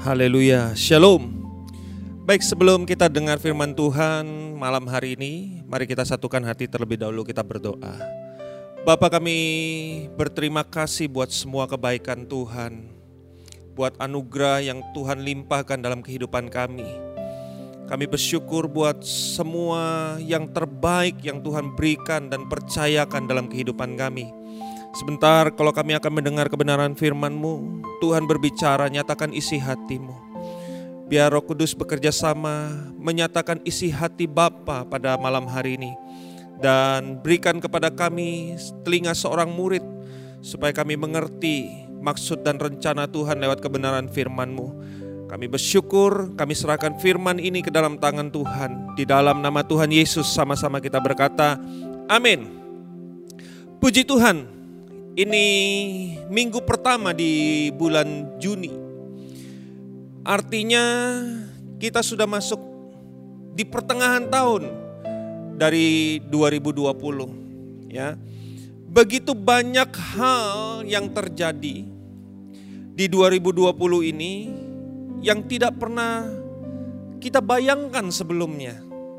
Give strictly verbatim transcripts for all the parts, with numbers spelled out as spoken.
Haleluya, Shalom. Baik, sebelum kita dengar firman Tuhan malam hari ini, mari kita satukan hati terlebih dahulu, kita berdoa. Bapa, kami berterima kasih buat semua kebaikan Tuhan, buat anugerah yang Tuhan limpahkan dalam kehidupan kami. Kami bersyukur buat semua yang terbaik yang Tuhan berikan dan percayakan dalam kehidupan kami. Sebentar kalau kami akan mendengar kebenaran firman-Mu, Tuhan berbicara, nyatakan isi hati-Mu. Biar Roh Kudus bekerja sama, menyatakan isi hati Bapa pada malam hari ini. Dan berikan kepada kami telinga seorang murid, supaya kami mengerti maksud dan rencana Tuhan lewat kebenaran firman-Mu. Kami bersyukur, kami serahkan firman ini ke dalam tangan Tuhan. Di dalam nama Tuhan Yesus sama-sama kita berkata, amin. Puji Tuhan. Ini minggu pertama di bulan Juni. Artinya kita sudah masuk di pertengahan tahun dari dua ribu dua puluh, ya. Begitu banyak hal yang terjadi di dua ribu dua puluh ini yang tidak pernah kita bayangkan sebelumnya.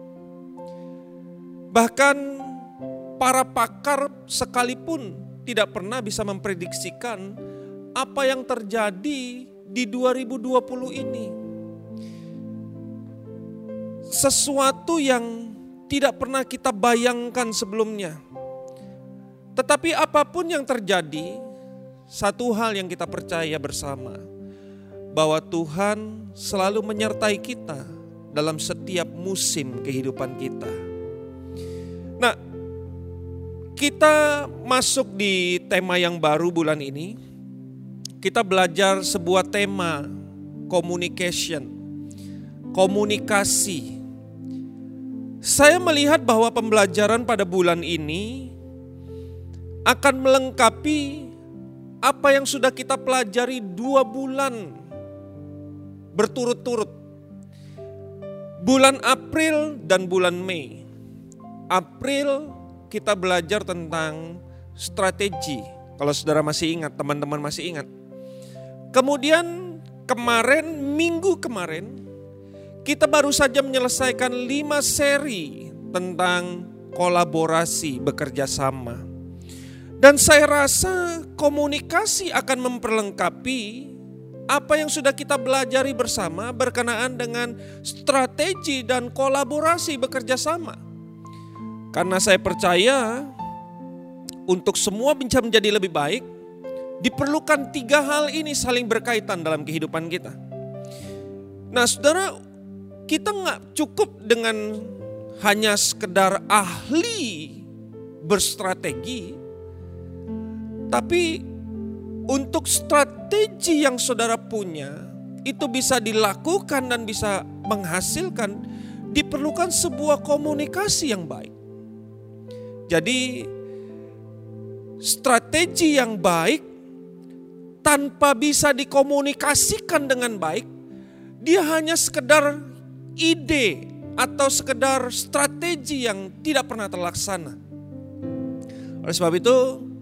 Bahkan para pakar sekalipun tidak pernah bisa memprediksikan apa yang terjadi di dua ribu dua puluh ini. Sesuatu yang tidak pernah kita bayangkan sebelumnya. Tetapi apapun yang terjadi, satu hal yang kita percaya bersama, bahwa Tuhan selalu menyertai kita dalam setiap musim kehidupan kita. Nah, kita masuk di tema yang baru bulan ini. Kita belajar sebuah tema communication, komunikasi. Saya melihat bahwa pembelajaran pada bulan ini akan melengkapi apa yang sudah kita pelajari dua bulan berturut-turut. Bulan April dan bulan Mei. April kita belajar tentang strategi. Kalau saudara masih ingat, teman-teman masih ingat. Kemudian kemarin, minggu kemarin, kita baru saja menyelesaikan lima seri tentang kolaborasi, bekerja sama. Dan saya rasa komunikasi akan memperlengkapi apa yang sudah kita pelajari bersama berkenaan dengan strategi dan kolaborasi bekerja sama. Karena saya percaya untuk semua bisa menjadi lebih baik, diperlukan tiga hal ini saling berkaitan dalam kehidupan kita. Nah saudara, kita gak cukup dengan hanya sekedar ahli berstrategi, tapi untuk strategi yang saudara punya, itu bisa dilakukan dan bisa menghasilkan, diperlukan sebuah komunikasi yang baik. Jadi strategi yang baik tanpa bisa dikomunikasikan dengan baik, dia hanya sekedar ide atau sekedar strategi yang tidak pernah terlaksana. Oleh sebab itu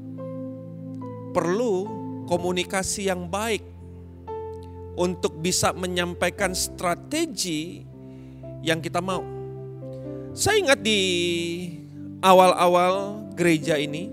perlu komunikasi yang baik untuk bisa menyampaikan strategi yang kita mau. Saya ingat di awal-awal gereja ini,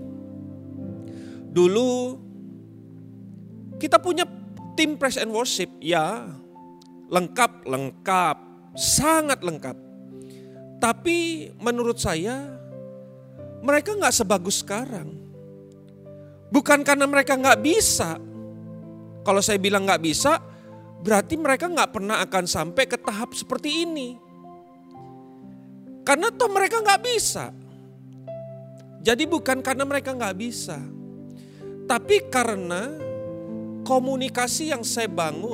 dulu kita punya tim praise and worship, ya lengkap, lengkap, sangat lengkap. Tapi menurut saya mereka gak sebagus sekarang. Bukan karena mereka gak bisa. Kalau saya bilang gak bisa, berarti mereka gak pernah akan sampai ke tahap seperti ini. Karena toh mereka gak bisa. Jadi bukan karena mereka gak bisa, tapi karena komunikasi yang saya bangun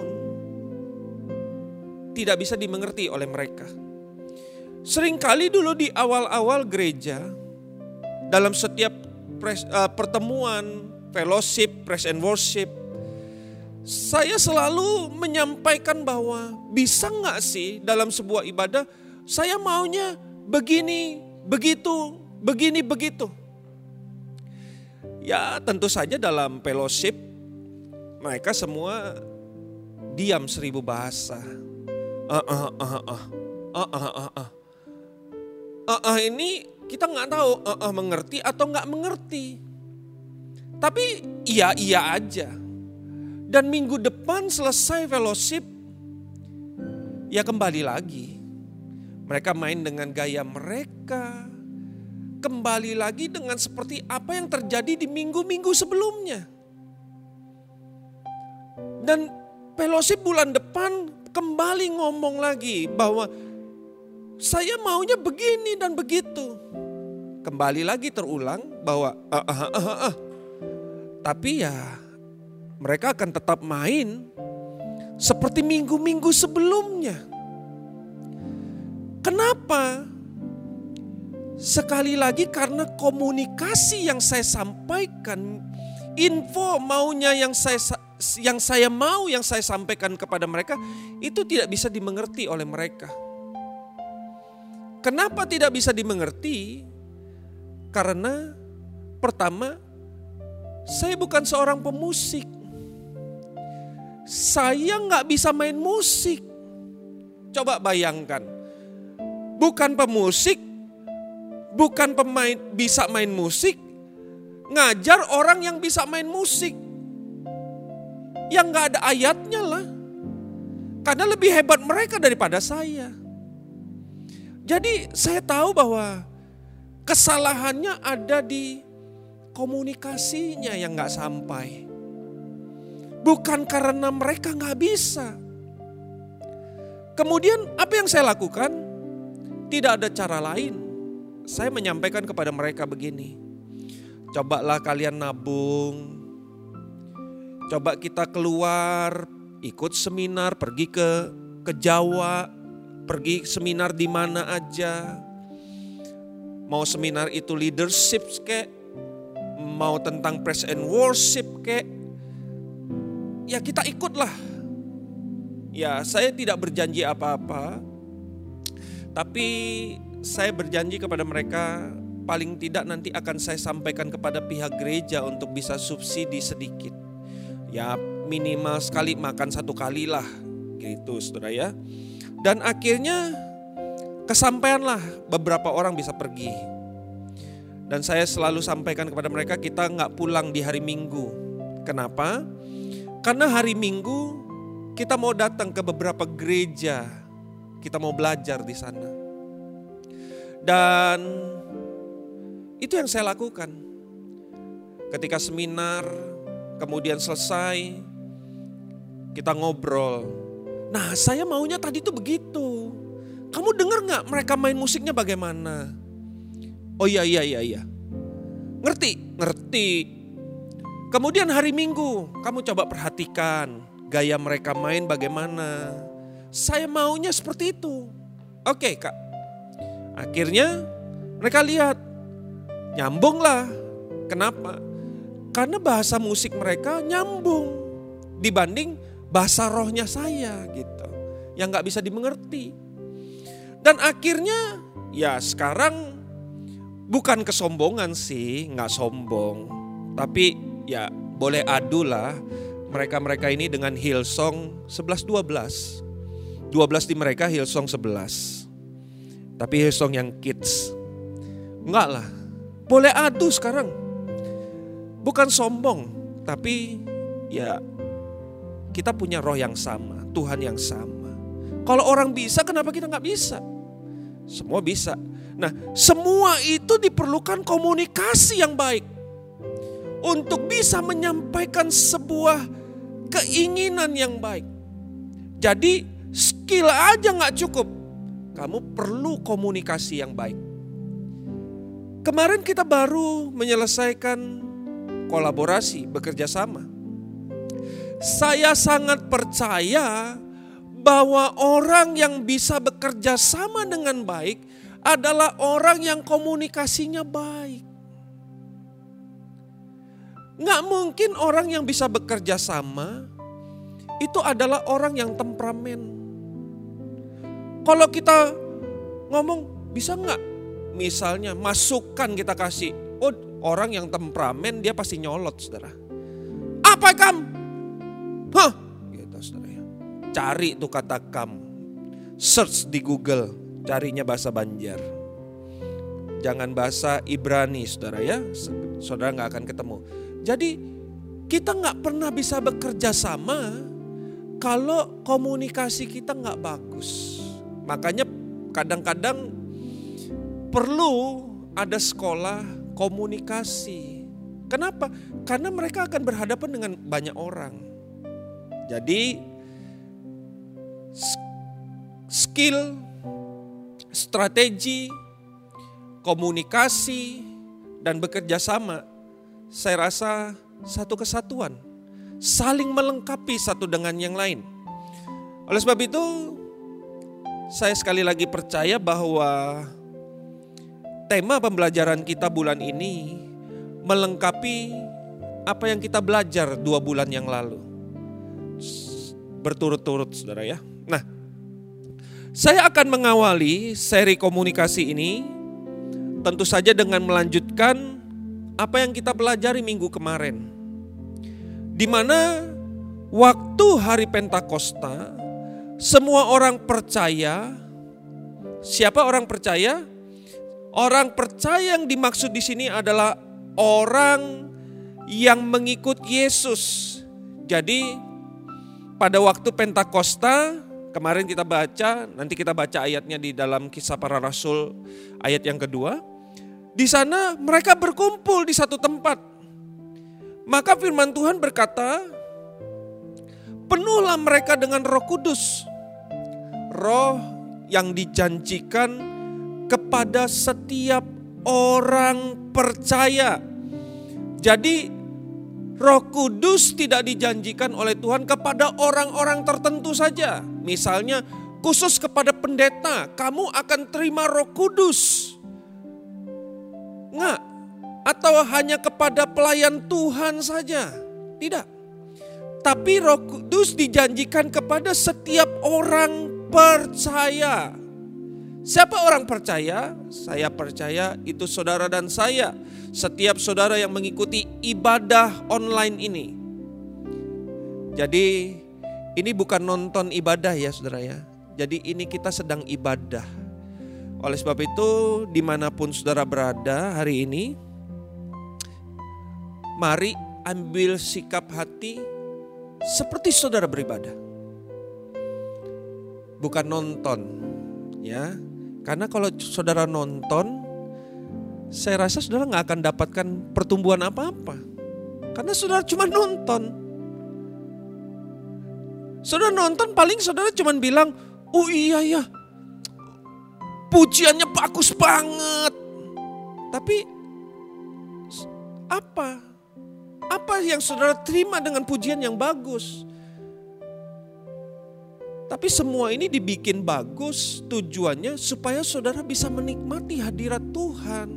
tidak bisa dimengerti oleh mereka. Seringkali dulu di awal-awal gereja, dalam setiap pres, uh, pertemuan, fellowship, praise and worship, saya selalu menyampaikan bahwa bisa gak sih dalam sebuah ibadah, saya maunya begini, begitu, begini, begitu. Ya tentu saja dalam fellowship mereka semua diam seribu bahasa. Ah ah ah ah ah ah ah ah ah. Ah ah ini kita nggak tahu ah ah mengerti atau nggak mengerti. Tapi iya iya aja. Dan minggu depan selesai fellowship, ya kembali lagi. Mereka main dengan gaya mereka. Kembali lagi dengan seperti apa yang terjadi di minggu-minggu sebelumnya. Dan fellowship bulan depan kembali ngomong lagi bahwa saya maunya begini dan begitu. Kembali lagi terulang bahwa ah, ah, ah, ah, ah. Tapi ya mereka akan tetap main seperti minggu-minggu sebelumnya. Kenapa? Sekali lagi karena komunikasi yang saya sampaikan, info maunya yang saya yang saya mau, yang saya sampaikan kepada mereka itu tidak bisa dimengerti oleh mereka. Kenapa tidak bisa dimengerti? Karena pertama, saya bukan seorang pemusik. Saya nggak bisa main musik. Coba bayangkan, bukan pemusik, bukan pemain bisa main musik, ngajar orang yang bisa main musik, yang nggak ada ayatnya lah. Karena lebih hebat mereka daripada saya. Jadi saya tahu bahwa kesalahannya ada di komunikasinya yang nggak sampai. Bukan karena mereka nggak bisa. Kemudian apa yang saya lakukan? Tidak ada cara lain. Saya menyampaikan kepada mereka begini. Cobalah kalian nabung. Coba kita keluar, ikut seminar, pergi ke ke Jawa, pergi seminar di mana aja. Mau seminar itu leadership kek, mau tentang praise and worship kek. Ya kita ikutlah. Ya saya tidak berjanji apa-apa. Tapi saya berjanji kepada mereka paling tidak nanti akan saya sampaikan kepada pihak gereja untuk bisa subsidi sedikit. Ya minimal sekali makan satu kali lah gitu saudara ya. Dan akhirnya kesampaianlah beberapa orang bisa pergi. Dan saya selalu sampaikan kepada mereka kita gak pulang di hari Minggu. Kenapa? Karena hari Minggu kita mau datang ke beberapa gereja, kita mau belajar di sana. Dan itu yang saya lakukan. Ketika seminar, kemudian selesai, kita ngobrol. Nah saya maunya tadi tuh begitu. Kamu dengar gak mereka main musiknya bagaimana? Oh iya iya iya iya. Ngerti? Ngerti. Kemudian hari Minggu, kamu coba perhatikan gaya mereka main bagaimana. Saya maunya seperti itu. Oke kak. Akhirnya mereka lihat, nyambung lah. Kenapa? Karena bahasa musik mereka nyambung dibanding bahasa rohnya saya gitu. Yang gak bisa dimengerti. Dan akhirnya ya sekarang bukan kesombongan sih, gak sombong. Tapi ya boleh adu lah mereka-mereka ini dengan Hillsong sebelas dua belas. dua belas di mereka, Hillsong sebelas. Tapi Hillsong yang kids. Enggak lah, boleh adu sekarang. Bukan sombong, tapi ya kita punya roh yang sama, Tuhan yang sama. Kalau orang bisa, kenapa kita gak bisa? Semua bisa. Nah, semua itu diperlukan komunikasi yang baik. Untuk bisa menyampaikan sebuah keinginan yang baik. Jadi skill aja gak cukup. Kamu perlu komunikasi yang baik. Kemarin kita baru menyelesaikan kolaborasi, bekerja sama. Saya sangat percaya bahwa orang yang bisa bekerja sama dengan baik adalah orang yang komunikasinya baik. Nggak mungkin orang yang bisa bekerja sama itu adalah orang yang temperamen. Kalau kita ngomong bisa nggak? Misalnya masukan kita kasih, oh orang yang temperamen dia pasti nyolot saudara. Apa kamu? Hah? Gitu saudara ya. cari tuh kata kam. Search di Google, carinya bahasa Banjar. Jangan bahasa Ibrani, saudara ya. Saudara gak akan ketemu. Jadi kita gak pernah bisa bekerja sama kalau komunikasi kita gak bagus. Makanya kadang-kadang perlu ada sekolah komunikasi. Kenapa? Karena mereka akan berhadapan dengan banyak orang. Jadi skill, strategi, komunikasi, dan bekerja sama, saya rasa satu kesatuan, saling melengkapi satu dengan yang lain. Oleh sebab itu, saya sekali lagi percaya bahwa tema pembelajaran kita bulan ini melengkapi apa yang kita belajar dua bulan yang lalu. Berturut-turut, saudara ya. Nah, saya akan mengawali seri komunikasi ini tentu saja dengan melanjutkan apa yang kita pelajari minggu kemarin. Di mana waktu hari Pentakosta, semua orang percaya. Siapa orang percaya? Orang percaya yang dimaksud di sini adalah orang yang mengikut Yesus. Jadi pada waktu Pentakosta, kemarin kita baca, nanti kita baca ayatnya di dalam Kisah Para Rasul ayat yang kedua. Di sana mereka berkumpul di satu tempat. Maka firman Tuhan berkata, penuhlah mereka dengan Roh Kudus. Roh yang dijanjikan kepada setiap orang percaya. Jadi Roh Kudus tidak dijanjikan oleh Tuhan kepada orang-orang tertentu saja. Misalnya khusus kepada pendeta, kamu akan terima Roh Kudus. Enggak. Atau hanya kepada pelayan Tuhan saja. Tidak. Tapi Roh Kudus dijanjikan kepada setiap orang percaya. Siapa orang percaya? Saya percaya itu saudara dan saya. Setiap saudara yang mengikuti ibadah online ini. Jadi ini bukan nonton ibadah ya saudara ya. Jadi ini kita sedang ibadah. Oleh sebab itu dimanapun saudara berada hari ini, mari ambil sikap hati seperti saudara beribadah. Bukan nonton ya. Karena kalau saudara nonton, saya rasa saudara gak akan dapatkan pertumbuhan apa-apa. Karena saudara cuma nonton. Saudara nonton paling saudara cuma bilang, oh iya ya, pujiannya bagus banget. Tapi apa? Apa yang saudara terima dengan pujian yang bagus? Tapi semua ini dibikin bagus tujuannya supaya saudara bisa menikmati hadirat Tuhan.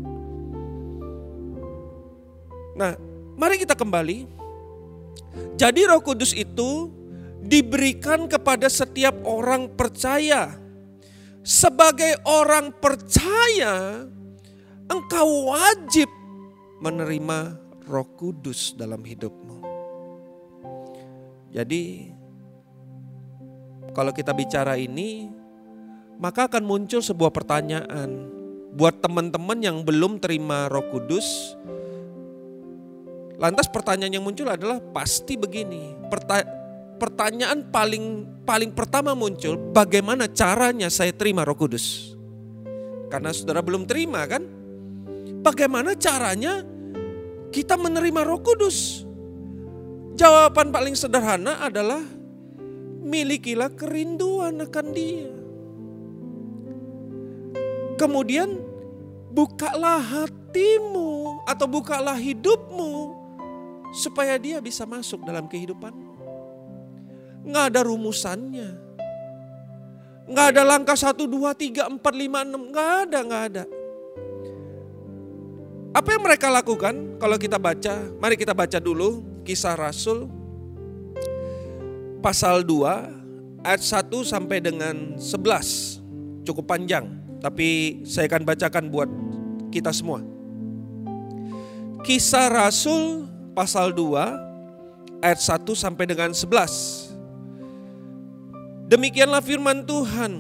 Nah, mari kita kembali. Jadi Roh Kudus itu diberikan kepada setiap orang percaya. Sebagai orang percaya, engkau wajib menerima Roh Kudus dalam hidupmu. Jadi kalau kita bicara ini, maka akan muncul sebuah pertanyaan. Buat teman-teman yang belum terima Roh Kudus, lantas pertanyaan yang muncul adalah pasti begini. Perta- pertanyaan paling paling pertama muncul, bagaimana caranya saya terima Roh Kudus? Karena saudara belum terima kan? Bagaimana caranya kita menerima Roh Kudus? Jawaban paling sederhana adalah milikilah kerinduan akan Dia. Kemudian bukalah hatimu atau bukalah hidupmu supaya Dia bisa masuk dalam kehidupanmu. Nggak ada rumusannya. Nggak ada langkah satu, dua, tiga, empat, lima, enam. Nggak ada, nggak ada. Apa yang mereka lakukan kalau kita baca? Mari kita baca dulu Kisah Rasul pasal dua ayat satu sampai dengan sebelas. Cukup panjang, tapi saya akan bacakan buat kita semua. Kisah Rasul pasal dua ayat satu sampai dengan sebelas. Demikianlah firman Tuhan.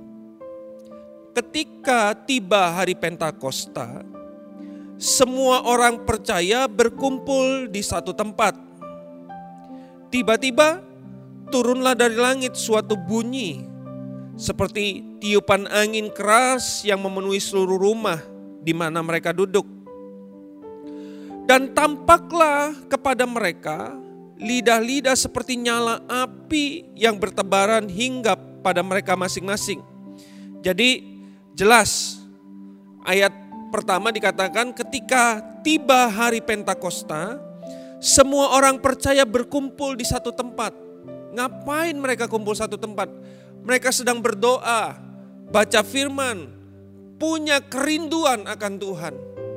Ketika tiba hari Pentakosta, semua orang percaya berkumpul di satu tempat. Tiba-tiba turunlah dari langit suatu bunyi seperti tiupan angin keras yang memenuhi seluruh rumah di mana mereka duduk. Dan tampaklah kepada mereka lidah-lidah seperti nyala api yang bertebaran hingga pada mereka masing-masing. Jadi jelas ayat pertama dikatakan ketika tiba hari Pentakosta, semua orang percaya berkumpul di satu tempat. Ngapain mereka kumpul satu tempat? Mereka sedang berdoa, baca firman, punya kerinduan akan Tuhan.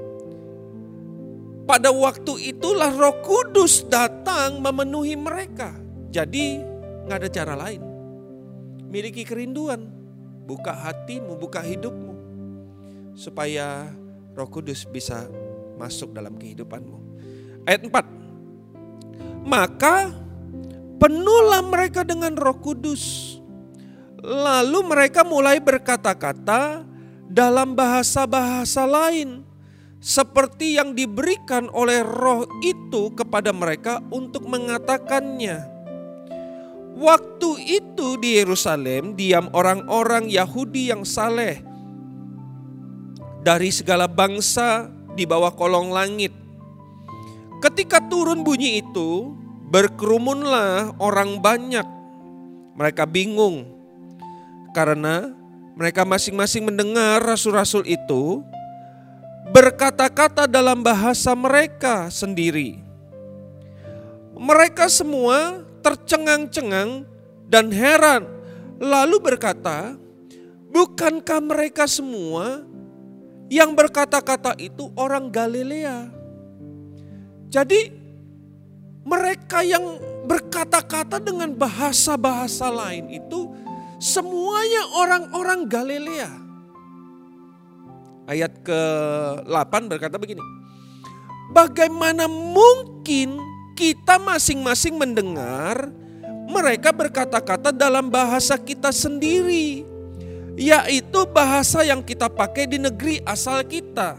Pada waktu itulah Roh Kudus datang memenuhi mereka. Jadi gak ada cara lain. Miliki kerinduan, buka hatimu, buka hidupmu, supaya Roh Kudus bisa masuk dalam kehidupanmu. Ayat empat. Maka penuhlah mereka dengan Roh Kudus. Lalu mereka mulai berkata-kata dalam bahasa-bahasa lain, seperti yang diberikan oleh Roh itu kepada mereka untuk mengatakannya. Waktu itu di Yerusalem diam orang-orang Yahudi yang saleh dari segala bangsa di bawah kolong langit. Ketika turun bunyi itu, berkerumunlah orang banyak. Mereka bingung karena mereka masing-masing mendengar rasul-rasul itu berkata-kata dalam bahasa mereka sendiri. Mereka semua tercengang-cengang dan heran, lalu berkata, bukankah mereka semua yang berkata-kata itu orang Galilea? Jadi mereka yang berkata-kata dengan bahasa-bahasa lain itu semuanya orang-orang Galilea. Ayat ke delapan berkata begini. Bagaimana mungkin kita masing-masing mendengar mereka berkata-kata dalam bahasa kita sendiri, yaitu bahasa yang kita pakai di negeri asal kita.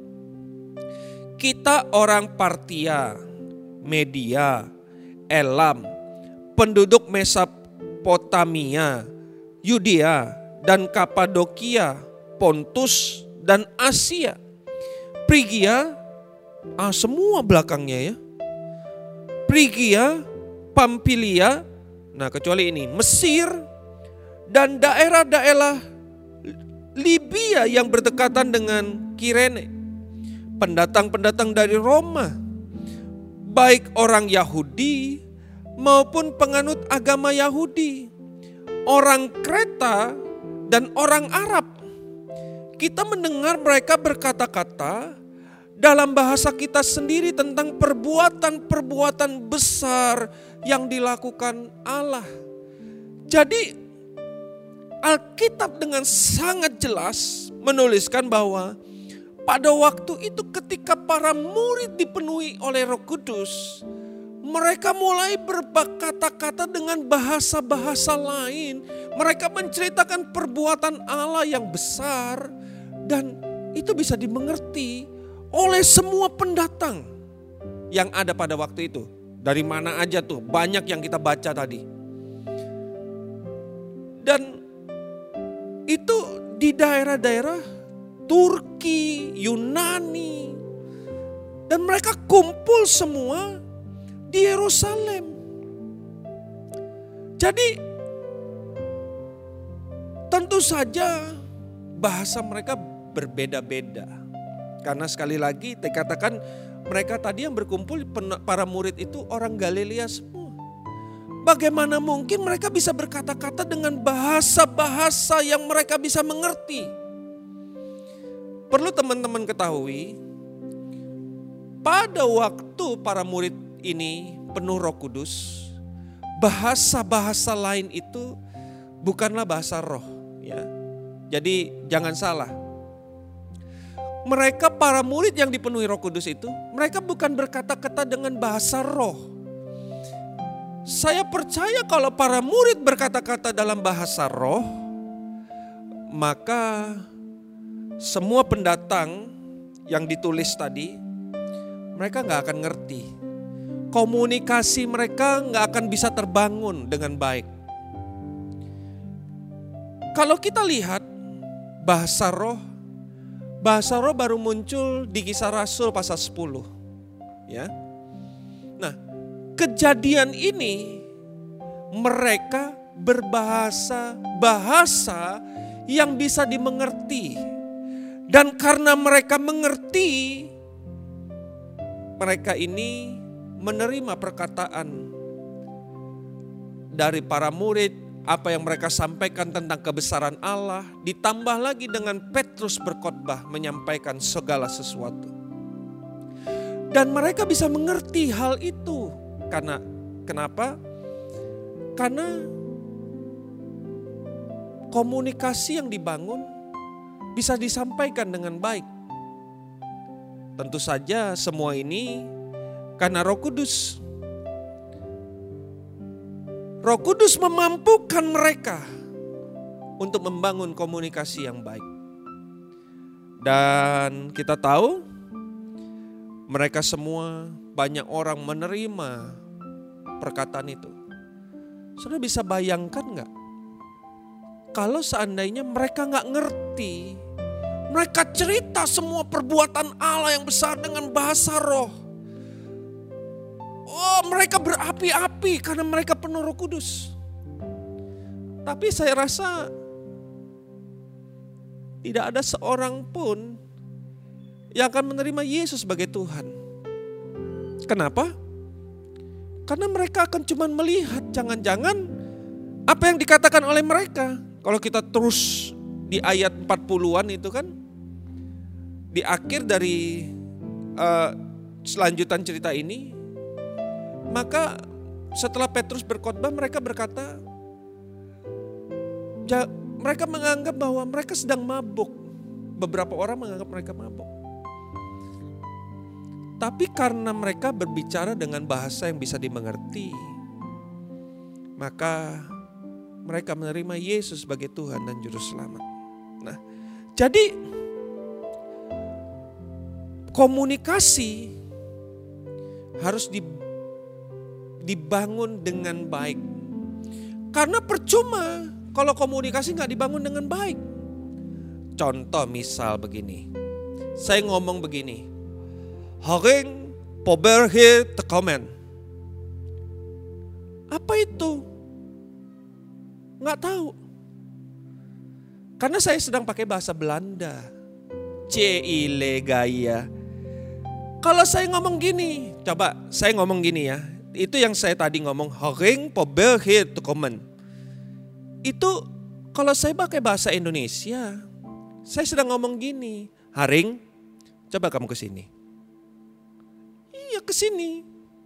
Kita orang Partia, Media, Elam, penduduk Mesopotamia, Yudea dan Kapadokia, Pontus dan Asia, Frigia, ah, semua belakangnya ya. Frigia, Pamfilia, nah kecuali ini, Mesir dan daerah-daerah Libya yang berdekatan dengan Kirene. Pendatang-pendatang dari Roma, baik orang Yahudi maupun penganut agama Yahudi, orang Kreta dan orang Arab. Kita mendengar mereka berkata-kata dalam bahasa kita sendiri tentang perbuatan-perbuatan besar yang dilakukan Allah. Jadi Alkitab dengan sangat jelas menuliskan bahwa pada waktu itu ketika para murid dipenuhi oleh Roh Kudus, mereka mulai berkata-kata dengan bahasa-bahasa lain. Mereka menceritakan perbuatan Allah yang besar dan itu bisa dimengerti oleh semua pendatang yang ada pada waktu itu. Dari mana aja tuh, banyak yang kita baca tadi. Dan itu di daerah-daerah Turki, Yunani. Dan mereka kumpul semua di Yerusalem. Jadi tentu saja bahasa mereka berbeda-beda. Karena sekali lagi dikatakan mereka tadi yang berkumpul para murid itu orang Galilea semua. Bagaimana mungkin mereka bisa berkata-kata dengan bahasa-bahasa yang mereka bisa mengerti? Perlu teman-teman ketahui, pada waktu para murid ini penuh Roh Kudus, bahasa-bahasa lain itu bukanlah bahasa roh, ya. Jadi jangan salah. Mereka para murid yang dipenuhi Roh Kudus itu, mereka bukan berkata-kata dengan bahasa roh. Saya percaya kalau para murid berkata-kata dalam bahasa roh, maka semua pendatang yang ditulis tadi, mereka gak akan ngerti. Komunikasi mereka gak akan bisa terbangun dengan baik. Kalau kita lihat bahasa roh, bahasa roh baru muncul di Kisah Rasul pasal sepuluh. Ya. Nah, kejadian ini mereka berbahasa bahasa yang bisa dimengerti. Dan karena mereka mengerti, mereka ini menerima perkataan dari para murid, apa yang mereka sampaikan tentang kebesaran Allah, ditambah lagi dengan Petrus berkhotbah menyampaikan segala sesuatu. Dan mereka bisa mengerti hal itu. Karena kenapa? Karena komunikasi yang dibangun bisa disampaikan dengan baik. Tentu saja semua ini karena Roh Kudus. Roh Kudus memampukan mereka untuk membangun komunikasi yang baik. Dan kita tahu mereka semua, banyak orang menerima perkataan itu. Saudara bisa bayangkan gak? Kalau seandainya mereka gak ngerti, mereka cerita semua perbuatan Allah yang besar dengan bahasa roh. Oh, mereka berapi-api karena mereka penuh Roh Kudus. Tapi saya rasa tidak ada seorang pun yang akan menerima Yesus sebagai Tuhan. Kenapa? Karena mereka akan cuma melihat, jangan-jangan apa yang dikatakan oleh mereka. Kalau kita terus di ayat empat puluhan itu kan, di akhir dari uh, selanjutan cerita ini, maka setelah Petrus berkhotbah mereka berkata, ja, mereka menganggap bahwa mereka sedang mabuk. Beberapa orang menganggap mereka mabuk. Tapi karena mereka berbicara dengan bahasa yang bisa dimengerti, maka mereka menerima Yesus sebagai Tuhan dan Juru Selamat. Nah, jadi komunikasi harus dibangun dengan baik. Karena percuma kalau komunikasi gak dibangun dengan baik. Contoh misal begini, saya ngomong begini, Haring poberhe tekomen. Apa itu? Nggak tahu. Karena saya sedang pakai bahasa Belanda. Cile gaya. Kalau saya ngomong gini, coba saya ngomong gini ya. Itu yang saya tadi ngomong, Haring poberhe tekomen. Itu kalau saya pakai bahasa Indonesia, saya sedang ngomong gini, Haring, coba kamu ke sini. Iya ke sini.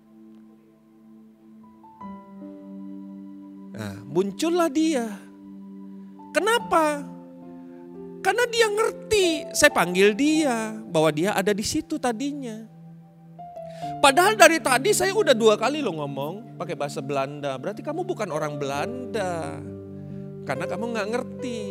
Nah, muncullah dia. Kenapa? Karena dia ngerti, saya panggil dia bahwa dia ada di situ tadinya. Padahal dari tadi saya udah dua kali loh ngomong pakai bahasa Belanda. Berarti kamu bukan orang Belanda. Karena kamu gak ngerti.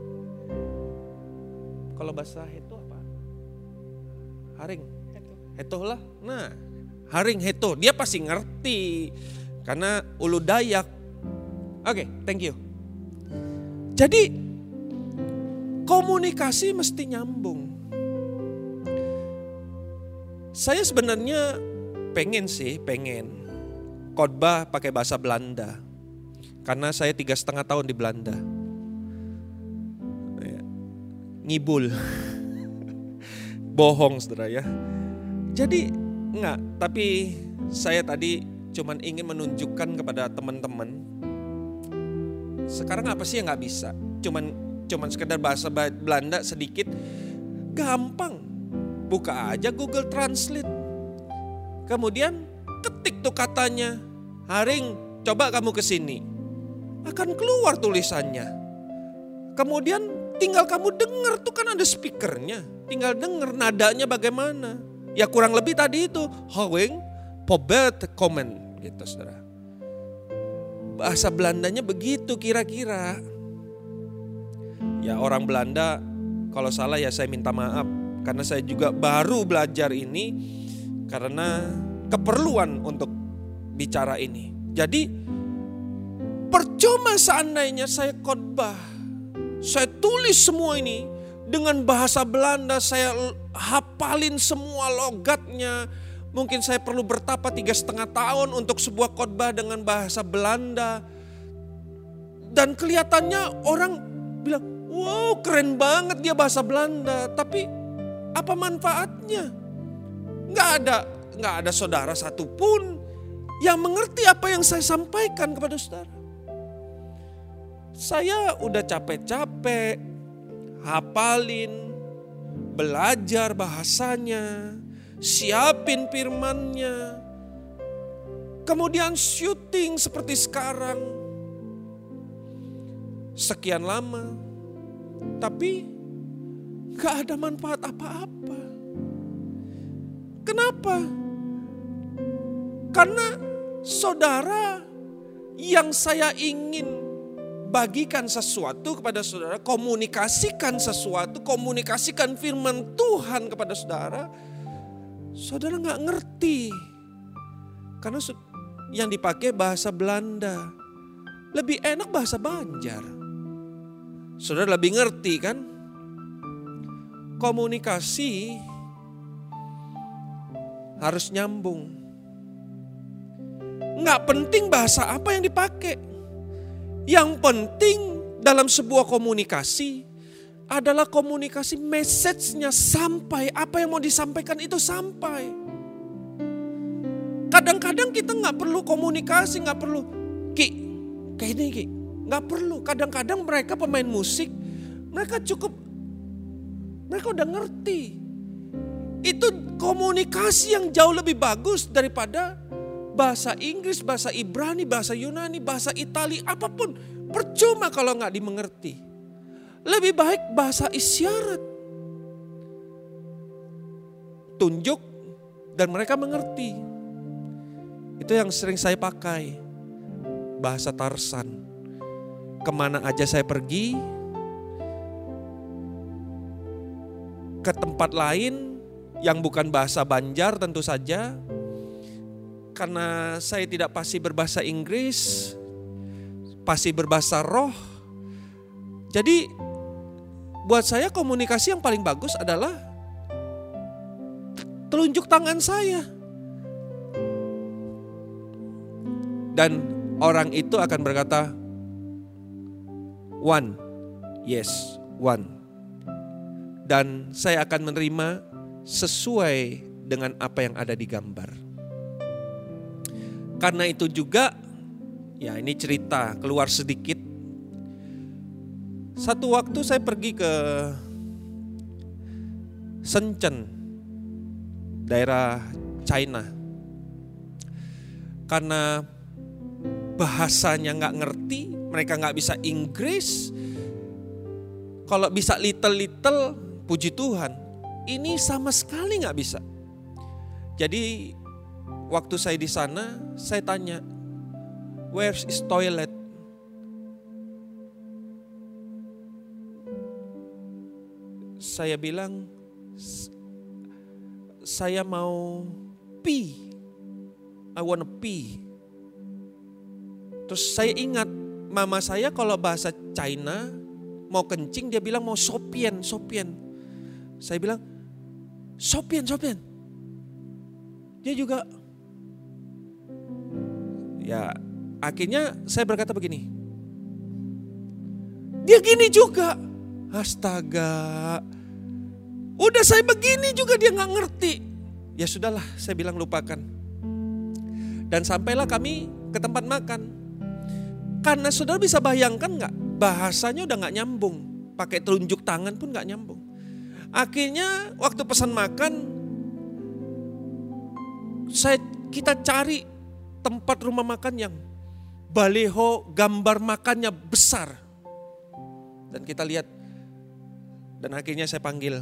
Kalau bahasa Heto apa? Haring. Heto lah. Nah, Haring Heto. Dia pasti ngerti. Karena Ulu Dayak. Oke, okay, thank you. Jadi komunikasi mesti nyambung. Saya sebenarnya pengen sih, pengen khotbah pakai bahasa Belanda. Karena saya tiga setengah tahun di Belanda. Ngibul. Bohong saudara ya. Jadi enggak, tapi saya tadi cuman ingin menunjukkan kepada teman-teman. Sekarang apa sih yang gak bisa? Cuman cuman sekedar bahasa Belanda sedikit. Gampang. Buka aja Google Translate. Kemudian ketik tuh katanya. Haring, coba kamu kesini. Akan keluar tulisannya. Kemudian tinggal kamu dengar tuh kan ada speakernya. Tinggal dengar nadanya bagaimana. Ya kurang lebih tadi itu. Haring, pobet komen. Gitu saudara. bahasa Belandanya begitu kira-kira. Ya orang Belanda kalau salah ya saya minta maaf. Karena saya juga baru belajar ini karena keperluan untuk bicara ini. Jadi percuma seandainya saya khotbah, saya tulis semua ini dengan bahasa Belanda, saya hafalin semua logatnya. Mungkin saya perlu bertapa tiga setengah tahun untuk sebuah khotbah dengan bahasa Belanda. Dan kelihatannya orang bilang, wow keren banget dia bahasa Belanda. Tapi apa manfaatnya? Nggak ada, nggak ada saudara satupun yang mengerti apa yang saya sampaikan kepada saudara. Saya udah capek-capek hafalin, belajar bahasanya, siapin firmannya, kemudian syuting seperti sekarang. Sekian lama, tapi gak ada manfaat apa-apa. Kenapa? Karena saudara yang saya ingin bagikan sesuatu kepada saudara, komunikasikan sesuatu, komunikasikan firman Tuhan kepada saudara, saudara gak ngerti. Karena yang dipakai bahasa Belanda. Lebih enak bahasa Banjar. Saudara lebih ngerti kan? Komunikasi harus nyambung. Gak penting bahasa apa yang dipakai. Yang penting dalam sebuah komunikasi adalah komunikasi message-nya sampai, apa yang mau disampaikan itu sampai. Kadang-kadang kita gak perlu komunikasi, gak perlu, Ki, kayak ini Ki, gak perlu. Kadang-kadang mereka pemain musik, mereka cukup, mereka udah ngerti. Itu komunikasi yang jauh lebih bagus daripada bahasa Inggris, bahasa Ibrani, bahasa Yunani, bahasa Itali, apapun. Percuma kalau gak dimengerti. Lebih baik bahasa isyarat. Tunjuk dan mereka mengerti. Itu yang sering saya pakai. Bahasa Tarsan. Kemana aja saya pergi, ke tempat lain yang bukan bahasa Banjar tentu saja. Karena saya tidak pasti berbahasa Inggris, pasti berbahasa roh. Jadi buat saya komunikasi yang paling bagus adalah telunjuk tangan saya. Dan orang itu akan berkata, one, yes, one. Dan saya akan menerima sesuai dengan apa yang ada di gambar. Karena itu juga, ya ini cerita keluar sedikit. Satu waktu saya pergi ke Shenzhen, daerah China. Karena bahasanya gak ngerti, mereka gak bisa Inggris. Kalau bisa little-little, puji Tuhan. Ini sama sekali gak bisa. Jadi waktu saya di sana, saya tanya, where is toilet? Saya bilang, saya mau pee. I wanna pee. Terus saya ingat, mama saya kalau bahasa China, mau kencing dia bilang mau sopian, sopian. Saya bilang, sopian, sopian. Dia juga, ya akhirnya saya berkata begini. Dia gini juga. Astaga. Udah saya begini juga dia gak ngerti. Ya sudahlah, saya bilang lupakan. Dan sampailah kami ke tempat makan. Karena saudara bisa bayangkan gak, bahasanya udah gak nyambung. Pakai telunjuk tangan pun gak nyambung. Akhirnya waktu pesan makan, saya kita cari tempat rumah makan yang baleho gambar makannya besar. Dan kita lihat. Dan akhirnya saya panggil.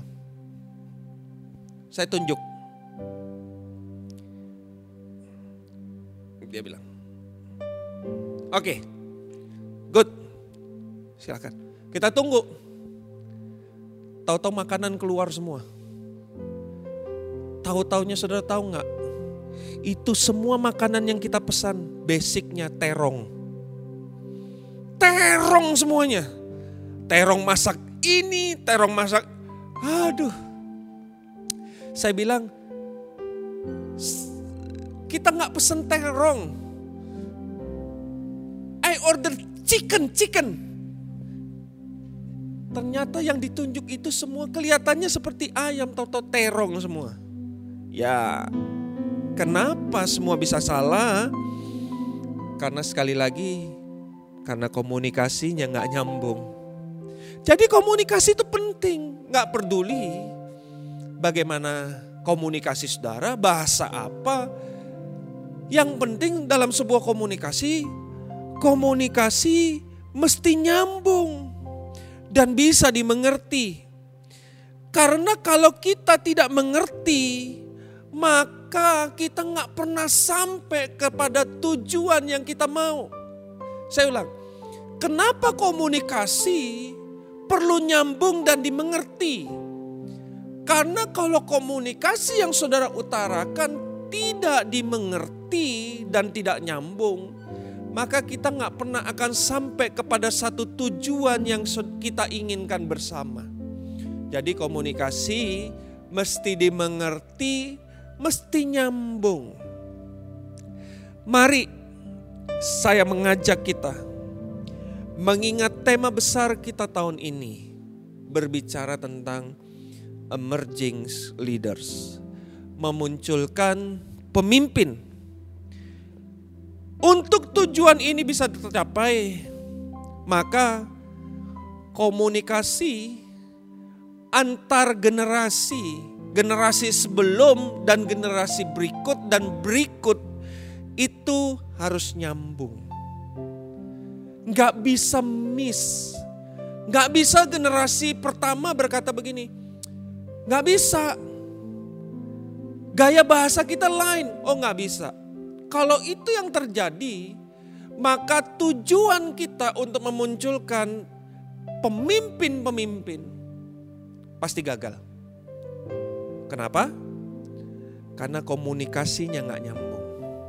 Saya tunjuk. Dia bilang, Oke, good. Silakan. Kita tunggu. Tahu-tahu makanan keluar semua. Tahu-taunya saudara tahu nggak? Itu semua makanan yang kita pesan, basicnya terong. Terong semuanya. Terong masak ini, terong masak. Aduh. Saya bilang, kita nggak pesen terong. I order chicken, chicken. Ternyata yang ditunjuk itu semua kelihatannya seperti ayam, tahu-tahu terong semua. Ya, kenapa semua bisa salah? Karena sekali lagi, karena komunikasinya nggak nyambung. Jadi komunikasi itu penting, nggak peduli bagaimana komunikasi saudara, bahasa apa. Yang penting dalam sebuah komunikasi, komunikasi mesti nyambung dan bisa dimengerti. Karena kalau kita tidak mengerti, maka kita nggak pernah sampai kepada tujuan yang kita mau. Saya ulang, kenapa komunikasi perlu nyambung dan dimengerti? Karena kalau komunikasi yang saudara utarakan tidak dimengerti dan tidak nyambung, maka kita nggak pernah akan sampai kepada satu tujuan yang kita inginkan bersama. Jadi komunikasi mesti dimengerti, mesti nyambung. Mari saya mengajak kita mengingat tema besar kita tahun ini, berbicara tentang emerging leaders, memunculkan pemimpin. Untuk tujuan ini bisa tercapai, maka komunikasi antar generasi, generasi sebelum dan generasi berikut dan berikut itu harus nyambung. Gak bisa miss. Gak bisa generasi pertama berkata begini. Gak bisa. Gaya bahasa kita lain. Oh gak bisa. Kalau itu yang terjadi, maka tujuan kita untuk memunculkan pemimpin-pemimpin pasti gagal. Kenapa? Karena komunikasinya gak nyambung.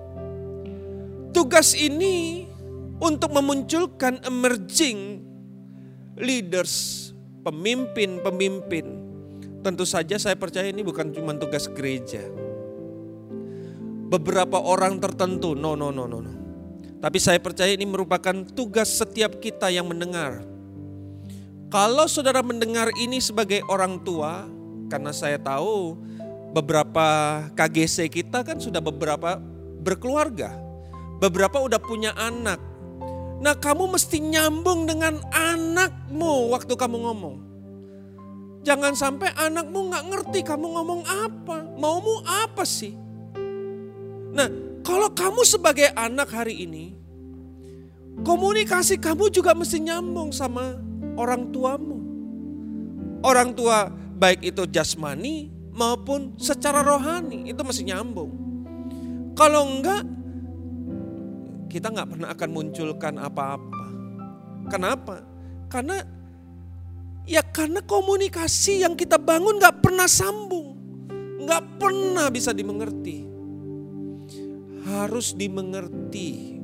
Tugas ini untuk memunculkan emerging leaders, pemimpin-pemimpin. Tentu saja saya percaya ini bukan cuma tugas gereja. Beberapa orang tertentu, no, no, no, no, no. Tapi saya percaya ini merupakan tugas setiap kita yang mendengar. Kalau saudara mendengar ini sebagai orang tua, karena saya tahu beberapa K G C kita kan sudah beberapa berkeluarga. Beberapa udah punya anak. Nah kamu mesti nyambung dengan anakmu waktu kamu ngomong. Jangan sampai anakmu gak ngerti kamu ngomong apa. Maumu apa sih? Nah kalau kamu sebagai anak hari ini, komunikasi kamu juga mesti nyambung sama orang tuamu. Orang tua baik itu jasmani maupun secara rohani itu mesti nyambung. Kalau enggak, kita enggak pernah akan munculkan apa-apa. Kenapa? Karena ya karena komunikasi yang kita bangun enggak pernah sambung. Enggak pernah bisa dimengerti. Harus dimengerti.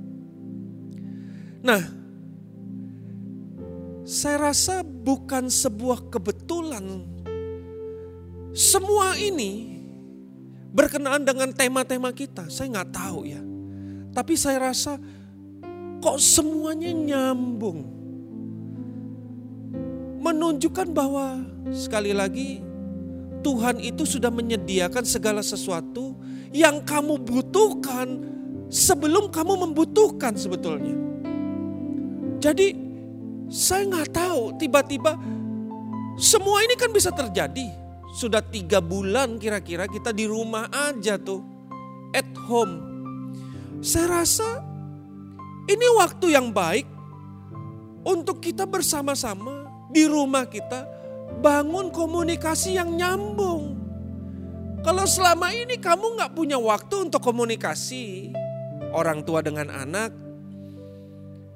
Nah, saya rasa bukan sebuah kebetulan semua ini berkenaan dengan tema-tema kita. Saya nggak tahu ya. Tapi saya rasa kok semuanya nyambung. Menunjukkan bahwa sekali lagi Tuhan itu sudah menyediakan segala sesuatu yang kamu butuhkan sebelum kamu membutuhkan sebetulnya. Jadi saya nggak tahu tiba-tiba semua ini kan bisa terjadi. Sudah tiga bulan kira-kira kita di rumah aja tuh, at home. Saya rasa ini waktu yang baik untuk kita bersama-sama di rumah kita bangun komunikasi yang nyambung. Kalau selama ini kamu gak punya waktu untuk komunikasi orang tua dengan anak,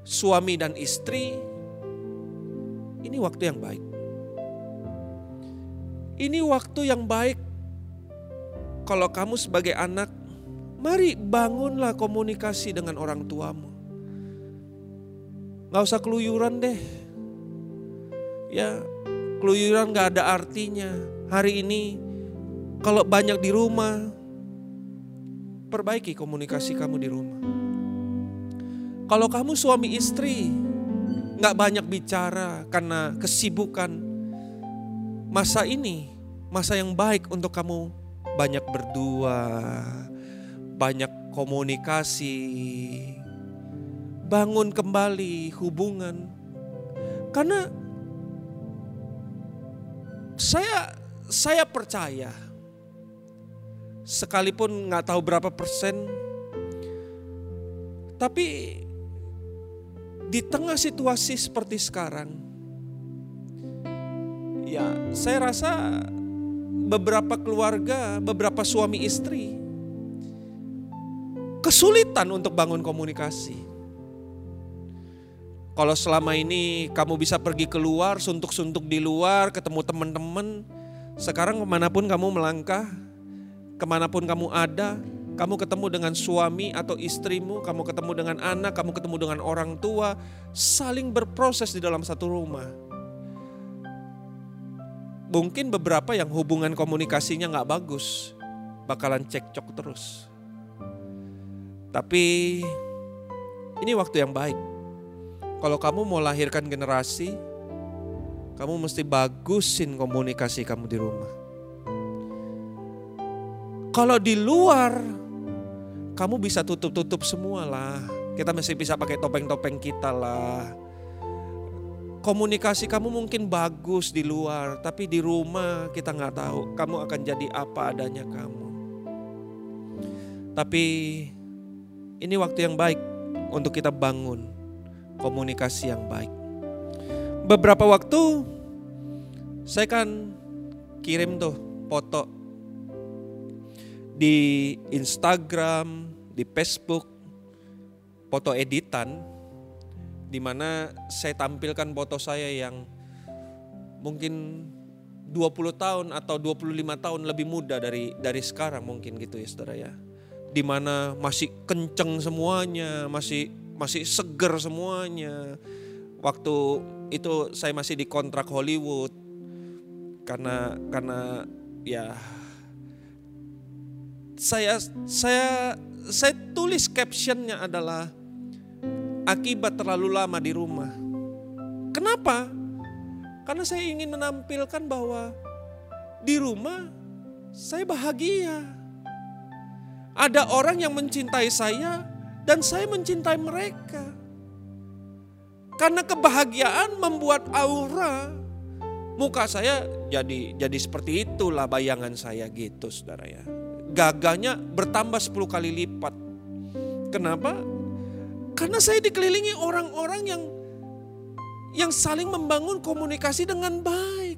suami dan istri, ini waktu yang baik. Ini waktu yang baik kalau kamu sebagai anak, mari bangunlah komunikasi dengan orang tuamu. Gak usah keluyuran deh. Ya, keluyuran gak ada artinya. Hari ini kalau banyak di rumah, perbaiki komunikasi kamu di rumah. Kalau kamu suami istri, gak banyak bicara karena kesibukan, masa ini masa yang baik untuk kamu banyak berdua, banyak komunikasi, bangun kembali hubungan. Karena saya saya percaya, sekalipun gak tahu berapa persen, tapi di tengah situasi seperti sekarang, ya saya rasa beberapa keluarga, beberapa suami istri kesulitan untuk bangun komunikasi. Kalau selama ini kamu bisa pergi keluar, suntuk-suntuk di luar, ketemu teman-teman, sekarang kemanapun kamu melangkah, kemanapun kamu ada, kamu ketemu dengan suami atau istrimu, kamu ketemu dengan anak, kamu ketemu dengan orang tua, saling berproses di dalam satu rumah. Mungkin beberapa yang hubungan komunikasinya gak bagus, bakalan cekcok terus. Tapi ini waktu yang baik. Kalau kamu mau lahirkan generasi, kamu mesti bagusin komunikasi kamu di rumah. Kalau di luar, kamu bisa tutup-tutup semua lah. Kita masih bisa pakai topeng-topeng kita lah. Komunikasi kamu mungkin bagus di luar, tapi di rumah kita gak tahu kamu akan jadi apa adanya kamu. Tapi ini waktu yang baik untuk kita bangun komunikasi yang baik. Beberapa waktu saya kan kirim tuh foto di Instagram, di Facebook, foto editan, di mana saya tampilkan foto saya yang mungkin dua puluh tahun atau dua puluh lima tahun lebih muda dari dari sekarang mungkin gitu ya saudara ya. Di mana masih kenceng semuanya, masih masih seger semuanya. Waktu itu saya masih di kontrak Hollywood. Karena karena ya saya saya saya tulis captionnya adalah akibat terlalu lama di rumah. Kenapa? Karena saya ingin menampilkan bahwa di rumah saya bahagia. Ada orang yang mencintai saya dan saya mencintai mereka. Karena kebahagiaan membuat aura muka saya jadi jadi seperti itulah bayangan saya gitu saudara ya. Gagahnya bertambah sepuluh kali lipat. Kenapa? Karena saya dikelilingi orang-orang yang yang saling membangun komunikasi dengan baik.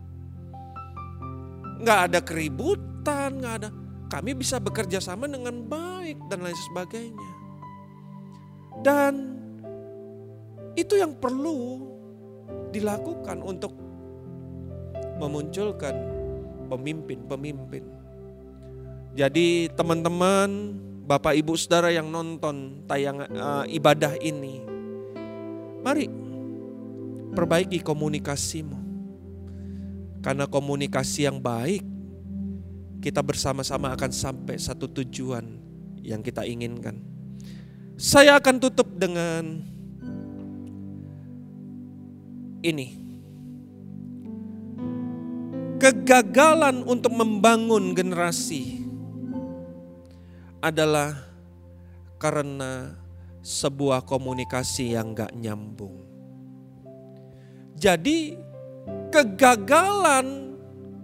Gak ada keributan, gak ada. Kami bisa bekerja sama dengan baik dan lain sebagainya. Dan itu yang perlu dilakukan untuk memunculkan pemimpin-pemimpin. Jadi teman-teman, Bapak Ibu Saudara yang nonton tayangan uh, ibadah ini, mari perbaiki komunikasimu. Karena komunikasi yang baik, kita bersama-sama akan sampai satu tujuan yang kita inginkan. Saya akan tutup dengan ini. Kegagalan untuk membangun generasi adalah karena sebuah komunikasi yang gak nyambung. Jadi kegagalan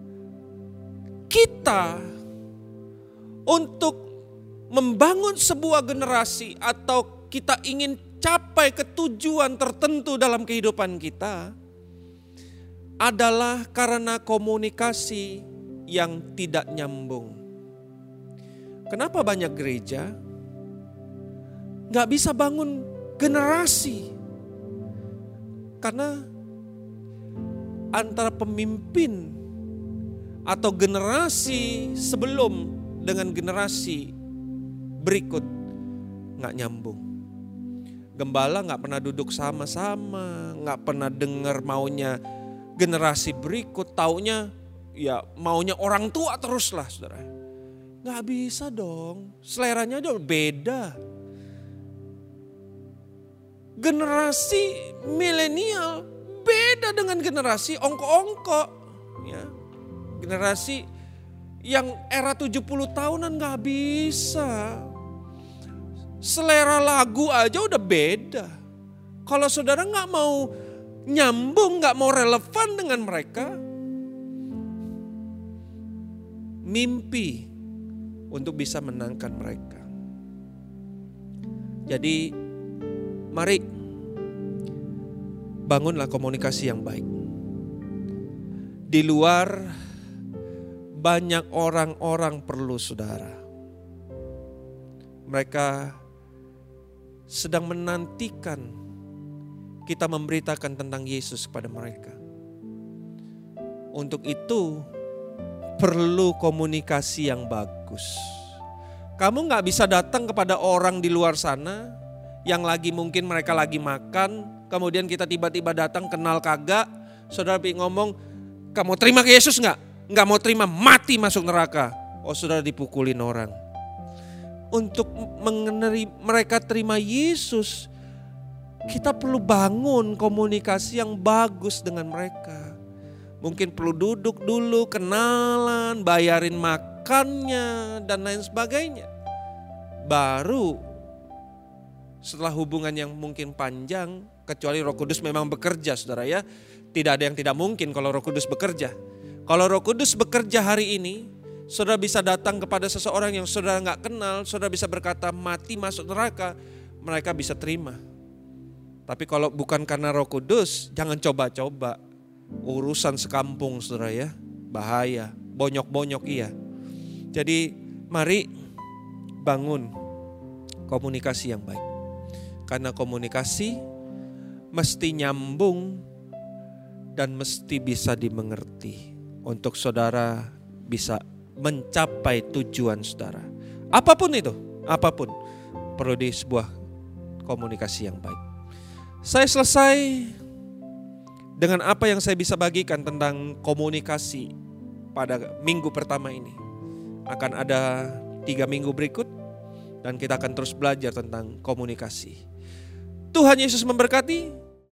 kita untuk membangun sebuah generasi atau kita ingin capai ketujuan tertentu dalam kehidupan kita adalah karena komunikasi yang tidak nyambung. Kenapa banyak gereja gak bisa bangun generasi. Karena antara pemimpin atau generasi sebelum dengan generasi berikut gak nyambung. Gembala gak pernah duduk sama-sama, gak pernah dengar maunya generasi berikut, taunya ya maunya orang tua terus lah saudara. Gak bisa dong, seleranya udah beda. Generasi milenial beda dengan generasi ongko-ongko. Ya. Generasi yang era tujuh puluh tahunan gak bisa. Selera lagu aja udah beda. Kalau saudara gak mau nyambung, gak mau relevan dengan mereka, mimpi untuk bisa menangkan mereka. Jadi mari bangunlah komunikasi yang baik. Di luar banyak orang-orang perlu saudara. Mereka sedang menantikan kita memberitakan tentang Yesus kepada mereka. Untuk itu perlu komunikasi yang bagus. Kamu gak bisa datang kepada orang di luar sana yang lagi mungkin mereka lagi makan, kemudian kita tiba-tiba datang kenal kagak, saudara pi ngomong, kamu terima ke Yesus gak? Gak mau terima, mati masuk neraka. Oh saudara dipukulin orang. Untuk mengenai mereka terima Yesus, kita perlu bangun komunikasi yang bagus dengan mereka. Mungkin perlu duduk dulu, kenalan, bayarin makannya dan lain sebagainya. Baru setelah hubungan yang mungkin panjang, kecuali Roh Kudus memang bekerja saudara ya. Tidak ada yang tidak mungkin kalau Roh Kudus bekerja. Kalau Roh Kudus bekerja hari ini, saudara bisa datang kepada seseorang yang saudara gak kenal, saudara bisa berkata mati masuk neraka, mereka bisa terima. Tapi kalau bukan karena Roh Kudus, jangan coba-coba. Urusan sekampung saudara ya, bahaya, bonyok-bonyok iya. Jadi mari bangun komunikasi yang baik. Karena komunikasi mesti nyambung dan mesti bisa dimengerti. Untuk saudara bisa mencapai tujuan saudara. Apapun itu, apapun perlu di sebuah komunikasi yang baik. Saya selesai dengan apa yang saya bisa bagikan tentang komunikasi pada minggu pertama ini. Akan ada tiga minggu berikut dan kita akan terus belajar tentang komunikasi. Tuhan Yesus memberkati.